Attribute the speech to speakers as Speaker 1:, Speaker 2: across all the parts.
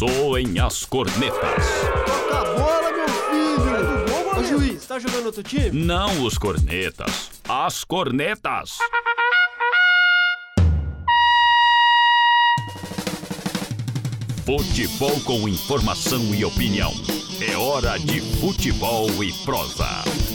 Speaker 1: Soem as cornetas.
Speaker 2: Toca a bola, meu filho! É do gol, ô juiz, tá jogando outro time?
Speaker 1: Não os cornetas, as cornetas. Futebol com informação e opinião. É hora de futebol e prosa.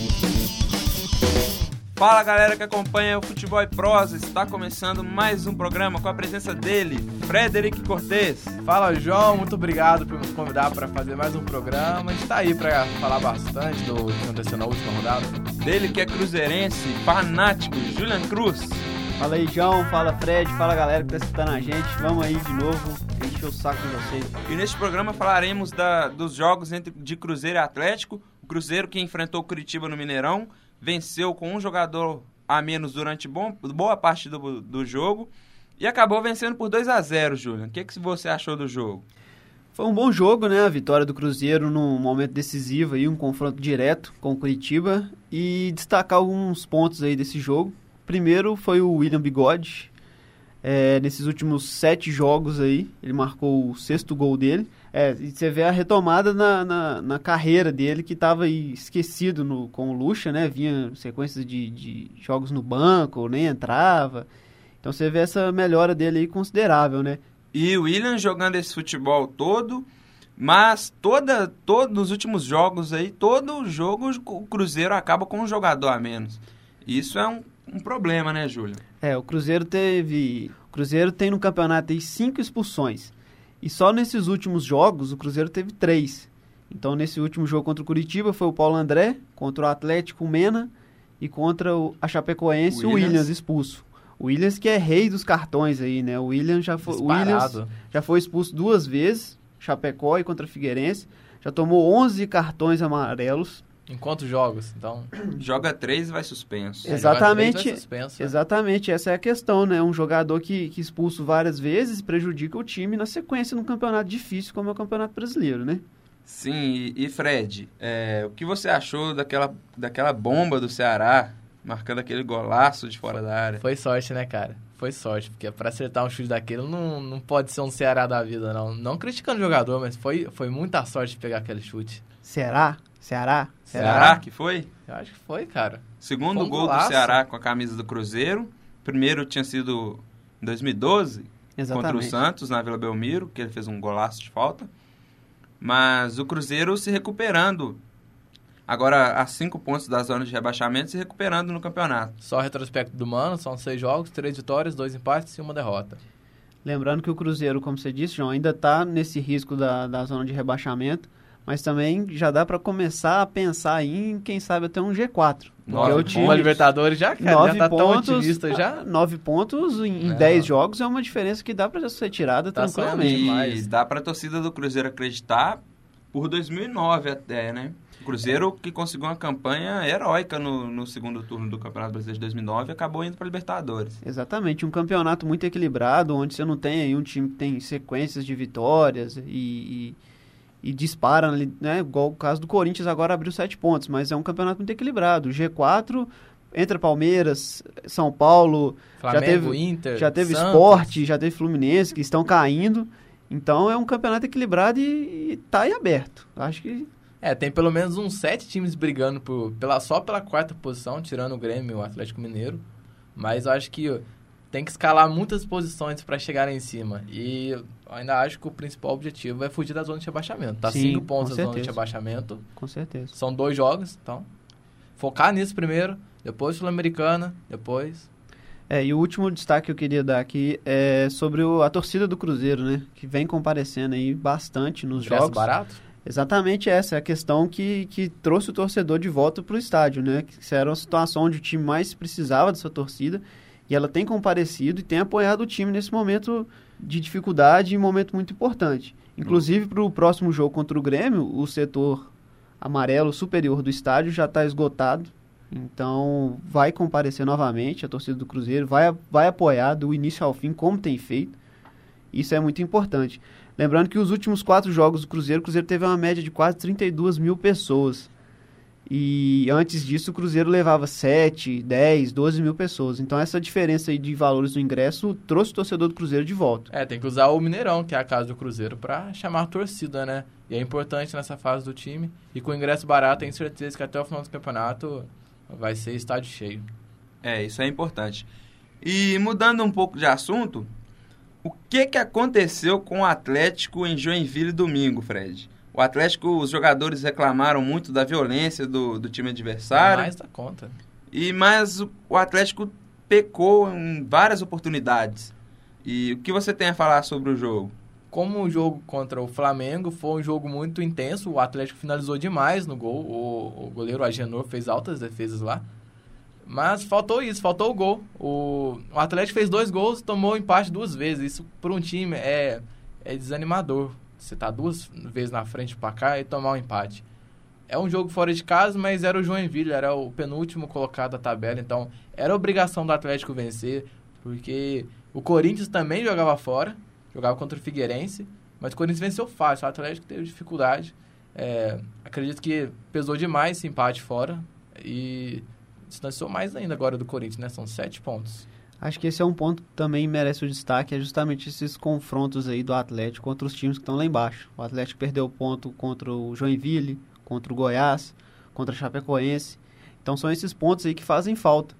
Speaker 3: Fala, galera que acompanha o Futebol e Prosa. Está começando mais um programa com a presença dele, Frederic Cortez.
Speaker 4: Fala, João, muito obrigado por nos convidar para fazer mais um programa. A gente tá aí para falar bastante do que aconteceu na última rodada.
Speaker 3: Dele que é cruzeirense, fanático, Julian Cruz.
Speaker 5: Fala aí, João, fala Fred, fala galera que tá escutando a gente. Vamos aí de novo, encher o saco de vocês.
Speaker 3: E neste programa falaremos dos jogos de Cruzeiro e Atlético. O Cruzeiro que enfrentou o Curitiba no Mineirão, venceu com um jogador a menos durante boa parte do jogo e acabou vencendo por 2-0, Julian. O que você achou do jogo?
Speaker 5: Foi um bom jogo, né? A vitória do Cruzeiro num momento decisivo, aí, um confronto direto com o Curitiba. E destacar alguns pontos aí desse jogo. Primeiro foi o William Bigode. Nesses últimos 7 jogos aí, ele marcou o 6º gol dele. E você vê a retomada na carreira dele, que estava aí esquecido com o Lucha, né? Vinha sequências de jogos no banco, nem entrava. Então você vê essa melhora dele aí considerável, né?
Speaker 3: E o William jogando esse futebol todo, mas nos últimos jogos aí, todo jogo o Cruzeiro acaba com um jogador a menos. Isso é um problema, né, Júlio?
Speaker 5: O Cruzeiro tem no campeonato aí 5 expulsões. E só nesses últimos jogos o Cruzeiro teve 3. Então nesse último jogo contra o Curitiba foi o Paulo André, contra o Atlético o Mena e contra a Chapecoense o Williams expulso. O Williams que é rei dos cartões aí, né? O Williams já foi expulso 2 vezes, Chapecó e contra a Figueirense. Já tomou 11 cartões amarelos.
Speaker 4: Em quantos jogos, então?
Speaker 3: Joga 3 e vai suspenso.
Speaker 5: Exatamente, essa é a questão, né? Um jogador que expulso várias vezes prejudica o time na sequência num campeonato difícil como é o Campeonato Brasileiro, né?
Speaker 3: Sim, e Fred, o que você achou daquela bomba do Ceará, marcando aquele golaço de fora da área?
Speaker 4: Foi sorte, né, cara? Foi sorte, porque para acertar um chute daquele não pode ser um Ceará da vida, não. Não criticando o jogador, mas foi muita sorte de pegar aquele chute.
Speaker 5: Ceará
Speaker 3: que foi?
Speaker 4: Eu acho que foi, cara.
Speaker 3: Segundo gol do Ceará com a camisa do Cruzeiro. Primeiro tinha sido em 2012, contra o Santos, na Vila Belmiro, que ele fez um golaço de falta. Mas o Cruzeiro se recuperando. Agora, a 5 pontos da zona de rebaixamento, se recuperando no campeonato.
Speaker 4: Só retrospecto do Mano, são 6 jogos, 3 vitórias, 2 empates e 1 derrota.
Speaker 5: Lembrando que o Cruzeiro, como você disse, João, ainda está nesse risco da zona de rebaixamento. Mas também já dá para começar a pensar em, quem sabe, até um G4.
Speaker 4: Uma Libertadores já, cara, já tá tão otimista já.
Speaker 5: 9 pontos em 10 jogos é uma diferença que dá para ser tirada tranquilamente.
Speaker 3: E dá para a torcida do Cruzeiro acreditar por 2009 até, né? O Cruzeiro que conseguiu uma campanha heróica no segundo turno do Campeonato Brasileiro de 2009 e acabou indo para a Libertadores.
Speaker 5: Exatamente, um campeonato muito equilibrado, onde você não tem aí um time que tem sequências de vitórias e dispara, né? Igual o caso do Corinthians, agora abriu 7 pontos, mas é um campeonato muito equilibrado. O G4 entra Palmeiras, São Paulo,
Speaker 4: Flamengo, Inter,
Speaker 5: já teve
Speaker 4: Santos.
Speaker 5: Sport, já teve Fluminense, que estão caindo. Então é um campeonato equilibrado e tá em aberto. Acho que...
Speaker 4: tem pelo menos uns 7 times brigando só pela 4ª posição, tirando o Grêmio e o Atlético Mineiro. Mas eu acho que tem que escalar muitas posições para chegar lá em cima. E eu ainda acho que o principal objetivo é fugir da zona de rebaixamento. Tá 5 pontos da zona de rebaixamento.
Speaker 5: Com certeza.
Speaker 4: São 2 jogos, então focar nisso primeiro, depois Sul-Americana, depois...
Speaker 5: E o último destaque que eu queria dar aqui é sobre a torcida do Cruzeiro, né? Que vem comparecendo aí bastante nos jogos.
Speaker 4: Barato?
Speaker 5: Exatamente essa é a questão que trouxe o torcedor de volta para o estádio, né? Que era uma situação onde o time mais precisava dessa torcida. E ela tem comparecido e tem apoiado o time nesse momento de dificuldade e um momento muito importante. Inclusive, para o próximo jogo contra o Grêmio, o setor amarelo superior do estádio já está esgotado. Então, vai comparecer novamente a torcida do Cruzeiro, vai apoiar do início ao fim, como tem feito. Isso é muito importante. Lembrando que os últimos 4 jogos do Cruzeiro, o Cruzeiro teve uma média de quase 32 mil pessoas. E antes disso o Cruzeiro levava 7, 10, 12 mil pessoas. Então essa diferença aí de valores do ingresso trouxe o torcedor do Cruzeiro de volta.
Speaker 4: Tem que usar o Mineirão, que é a casa do Cruzeiro, para chamar a torcida, né? E é importante nessa fase do time. E com ingresso barato, tenho certeza que até o final do campeonato vai ser estádio cheio.
Speaker 3: Isso é importante. E mudando um pouco de assunto, o que aconteceu com o Atlético em Joinville domingo, Fred? O Atlético, os jogadores reclamaram muito da violência do time adversário.
Speaker 4: Mais da conta.
Speaker 3: Mas o Atlético pecou em várias oportunidades. E o que você tem a falar sobre o jogo?
Speaker 4: Como o jogo contra o Flamengo foi um jogo muito intenso, o Atlético finalizou demais no gol. O goleiro Agenor fez altas defesas lá. Mas faltou o gol. O Atlético fez 2 gols e tomou empate 2 vezes. Isso, por um time, é desanimador. Você tá 2 vezes na frente pra cá e tomar um empate. É um jogo fora de casa, mas era o Joinville, era o penúltimo colocado da tabela. Então, era obrigação do Atlético vencer, porque o Corinthians também jogava fora, jogava contra o Figueirense, mas o Corinthians venceu fácil, o Atlético teve dificuldade. Acredito que pesou demais esse empate fora e distanciou mais ainda agora do Corinthians, né? São 7 pontos.
Speaker 5: Acho que esse é um ponto que também merece o destaque, é justamente esses confrontos aí do Atlético contra os times que estão lá embaixo. O Atlético perdeu ponto contra o Joinville, contra o Goiás, contra a Chapecoense. Então são esses pontos aí que fazem falta.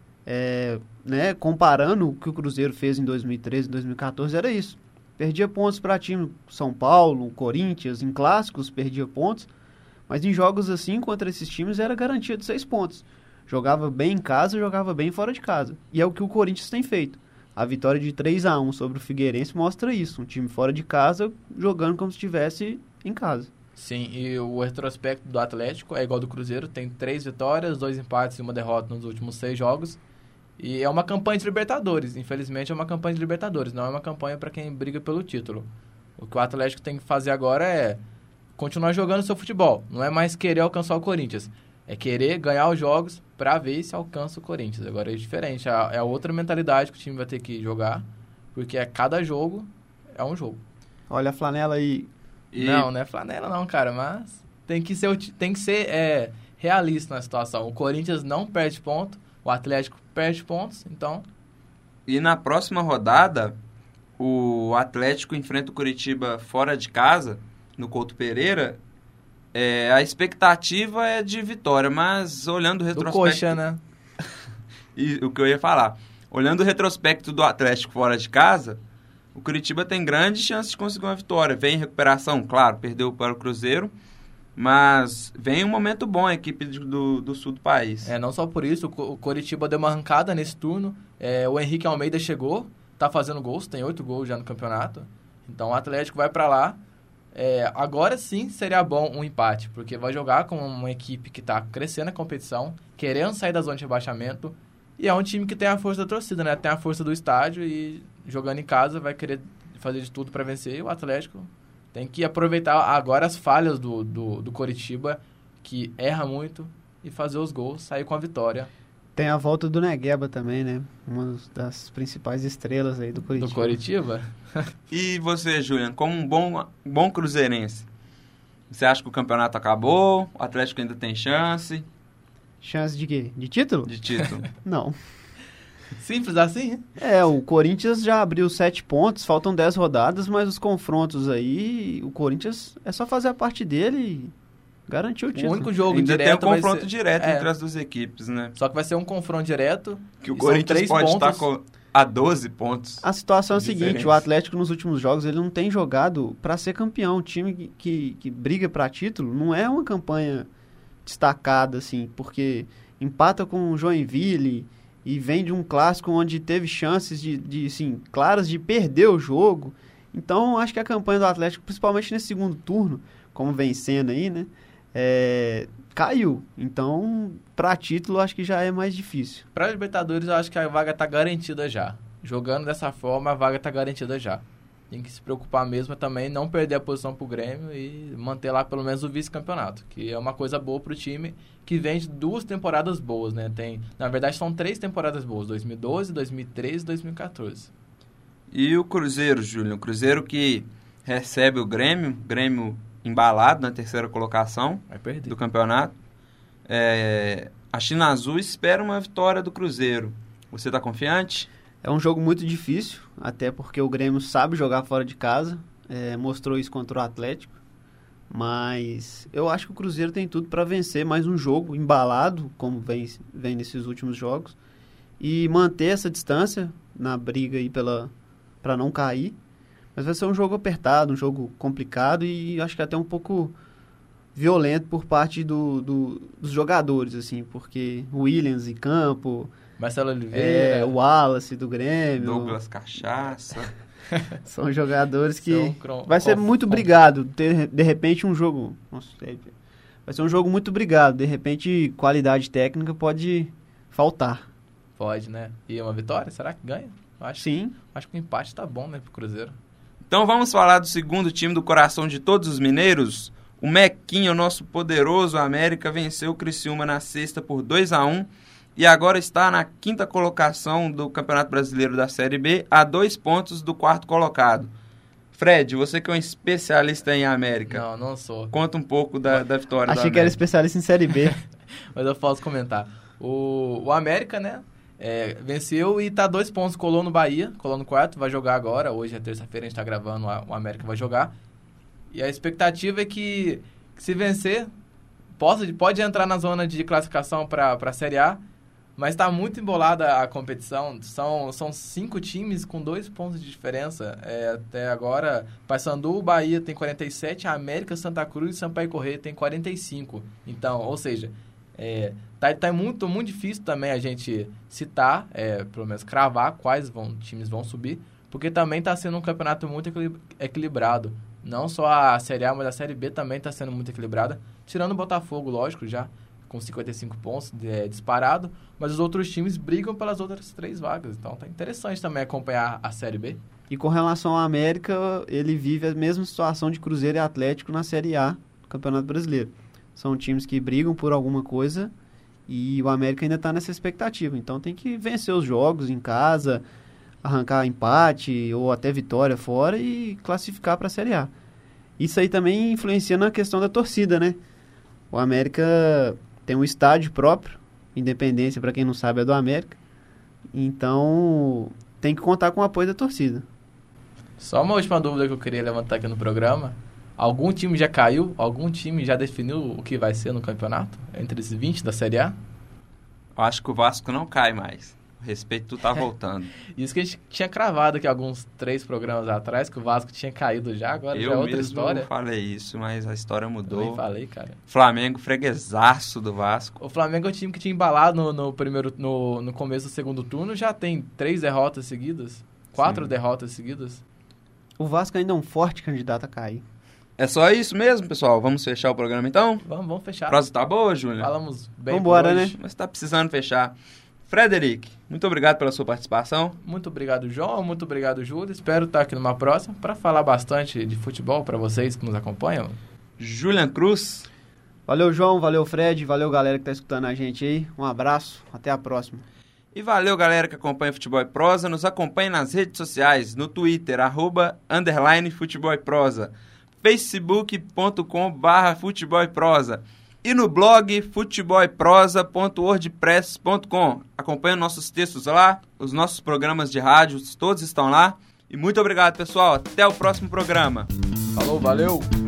Speaker 5: Comparando o que o Cruzeiro fez em 2013 e 2014, era isso. Perdia pontos para time São Paulo, Corinthians, em clássicos perdia pontos, mas em jogos assim contra esses times era garantia de 6 pontos. Jogava bem em casa, jogava bem fora de casa. E é o que o Corinthians tem feito. A vitória de 3-1 sobre o Figueirense mostra isso. Um time fora de casa jogando como se estivesse em casa.
Speaker 4: Sim, e o retrospecto do Atlético é igual ao do Cruzeiro. Tem 3 vitórias, 2 empates e 1 derrota nos últimos 6 jogos. E é uma campanha de Libertadores. Infelizmente é uma campanha de Libertadores. Não é uma campanha para quem briga pelo título. O que o Atlético tem que fazer agora é continuar jogando seu futebol. Não é mais querer alcançar o Corinthians. É querer ganhar os jogos para ver se alcança o Corinthians. Agora é diferente. É outra mentalidade que o time vai ter que jogar. Porque cada jogo é um jogo.
Speaker 5: Olha a flanela aí.
Speaker 4: Não é flanela não, cara. Mas tem que ser realista na situação. O Corinthians não perde ponto. O Atlético perde pontos. Então...
Speaker 3: E na próxima rodada, o Atlético enfrenta o Coritiba fora de casa, no Couto Pereira. A expectativa é de vitória, mas olhando o retrospecto...
Speaker 4: Do Coxa, né?
Speaker 3: E o que eu ia falar. Olhando o retrospecto do Atlético fora de casa, o Coritiba tem grande chance de conseguir uma vitória. Vem em recuperação, claro, perdeu para o Cruzeiro, mas vem um momento bom a equipe do sul do país.
Speaker 4: Não só por isso, o Coritiba deu uma arrancada nesse turno. O Henrique Almeida chegou, tá fazendo gols, tem 8 gols já no campeonato. Então o Atlético vai para lá. Agora sim seria bom um empate, porque vai jogar com uma equipe que está crescendo a competição, querendo sair da zona de rebaixamento, e é um time que tem a força da torcida, né? Tem a força do estádio e jogando em casa vai querer fazer de tudo para vencer. E o Atlético tem que aproveitar agora as falhas do Coritiba, que erra muito, e fazer os gols, sair com a vitória.
Speaker 5: Tem a volta do Negueba também, né? Uma das principais estrelas aí do Coritiba.
Speaker 4: Do Coritiba?
Speaker 3: E você, Julian, como um bom cruzeirense, você acha que o campeonato acabou? O Atlético ainda tem chance?
Speaker 5: Chance de quê? De título?
Speaker 3: De título.
Speaker 5: Não.
Speaker 4: Simples assim?
Speaker 5: O Corinthians já abriu 7 pontos, faltam 10 rodadas, mas os confrontos aí, o Corinthians é só fazer a parte dele e garantir o título.
Speaker 4: O único jogo
Speaker 3: ainda
Speaker 4: direto
Speaker 3: tem um confronto direto entre as duas equipes, né?
Speaker 4: Só que vai ser um confronto direto.
Speaker 3: Que o Corinthians pode estar a 12 pontos.
Speaker 5: A situação é a seguinte, o Atlético nos últimos jogos ele não tem jogado para ser campeão. O time que briga para título não é uma campanha destacada, assim, porque empata com o Joinville e vem de um clássico onde teve chances assim, claras de perder o jogo. Então, acho que a campanha do Atlético, principalmente nesse segundo turno, como vem sendo aí, né, caiu. Então, para título, acho que já é mais difícil.
Speaker 4: Para Libertadores, eu acho que a vaga está garantida já. Jogando dessa forma, a vaga está garantida já. Tem que se preocupar mesmo também, não perder a posição pro Grêmio e manter lá pelo menos o vice-campeonato, que é uma coisa boa pro time, que vem de 2 temporadas boas, né? Na verdade, são 3 temporadas boas, 2012, 2013 e 2014.
Speaker 3: E o Cruzeiro, Júlio? O Cruzeiro que recebe o Grêmio embalado na 3ª colocação do campeonato. A China Azul espera uma vitória do Cruzeiro. Você está confiante?
Speaker 5: É um jogo muito difícil, até porque o Grêmio sabe jogar fora de casa, mostrou isso contra o Atlético, mas eu acho que o Cruzeiro tem tudo para vencer mais um jogo embalado, como vem nesses últimos jogos, e manter essa distância na briga aí para não cair. Mas vai ser um jogo apertado, um jogo complicado e acho que até um pouco violento por parte dos jogadores, assim, porque o Williams em campo,
Speaker 4: Marcelo Oliveira,
Speaker 5: o Wallace do Grêmio,
Speaker 3: Douglas Cachaça,
Speaker 5: são jogadores que vai ser muito brigado, de repente um jogo, vai ser um jogo muito brigado, de repente qualidade técnica pode faltar.
Speaker 4: Pode, né? E uma vitória, será que ganha?
Speaker 5: Sim.
Speaker 4: Acho que o empate tá bom, né, pro Cruzeiro.
Speaker 3: Então vamos falar do segundo time do coração de todos os mineiros. O Mequinha, o nosso poderoso América, venceu o Criciúma na sexta por 2-1 e agora está na 5ª colocação do Campeonato Brasileiro da Série B, a 2 pontos do 4º colocado. Fred, você que é um especialista em América.
Speaker 4: Não sou.
Speaker 3: Conta um pouco da vitória do América.
Speaker 5: Achei que era especialista em Série B.
Speaker 4: Mas eu posso comentar. O América, né, venceu e tá 2 pontos, colou no Bahia, colou no 4º, vai jogar agora. Hoje é terça-feira, a gente tá gravando, o América vai jogar. E a expectativa é que se vencer, pode entrar na zona de classificação para a Série A, mas está muito embolada a competição. São 5 times com 2 pontos de diferença. Até agora, Paysandu, Bahia tem 47, América, Santa Cruz e Sampaio Corrêa tem 45. Então, ou seja, tá muito, muito difícil também a gente citar, pelo menos cravar quais times vão subir, porque também está sendo um campeonato muito equilibrado. Não só a Série A, mas a Série B também está sendo muito equilibrada. Tirando o Botafogo, lógico, já com 55 pontos disparado. Mas os outros times brigam pelas outras 3 vagas. Então tá interessante também acompanhar a Série B.
Speaker 5: E com relação ao América, ele vive a mesma situação de Cruzeiro e Atlético na Série A do Campeonato Brasileiro. São times que brigam por alguma coisa e o América ainda está nessa expectativa. Então tem que vencer os jogos em casa, arrancar empate ou até vitória fora e classificar para a Série A. Isso aí também influencia na questão da torcida, né? O América tem um estádio próprio, Independência, para quem não sabe, é do América. Então, tem que contar com o apoio da torcida.
Speaker 4: Só uma última dúvida que eu queria levantar aqui no programa. Algum time já caiu? Algum time já definiu o que vai ser no campeonato? Entre os 20 da Série A?
Speaker 3: Eu acho que o Vasco não cai mais. O respeito tá voltando.
Speaker 4: Isso que a gente tinha cravado aqui alguns 3 programas atrás, que o Vasco tinha caído já, agora já é outra história.
Speaker 3: Eu falei isso, mas a história mudou.
Speaker 4: Eu nem falei, cara.
Speaker 3: Flamengo, freguesaço do Vasco.
Speaker 4: O Flamengo é o time que tinha embalado no começo do segundo turno, já tem 3 derrotas seguidas, 4 derrotas seguidas.
Speaker 5: O Vasco ainda é um forte candidato a cair.
Speaker 3: É só isso mesmo, pessoal? Vamos fechar o programa então?
Speaker 4: Vamos fechar.
Speaker 3: A prosa tá boa, Júnior?
Speaker 4: Falamos bem.
Speaker 5: Vambora, né?
Speaker 3: Mas tá precisando fechar. Frederic, muito obrigado pela sua participação.
Speaker 4: Muito obrigado, João. Muito obrigado, Júlio. Espero estar aqui numa próxima para falar bastante de futebol para vocês que nos acompanham.
Speaker 3: Julian Cruz.
Speaker 5: Valeu, João. Valeu, Fred. Valeu, galera que tá escutando a gente aí. Um abraço. Até a próxima.
Speaker 3: E valeu, galera que acompanha Futebol e Prosa. Nos acompanhe nas redes sociais, no Twitter, @Futebol e Prosa, facebook.com/Futebol e Prosa. E no blog futeboleprosa.wordpress.com. Acompanhe nossos textos lá, os nossos programas de rádio, todos estão lá. E muito obrigado, pessoal. Até o próximo programa.
Speaker 4: Falou, valeu!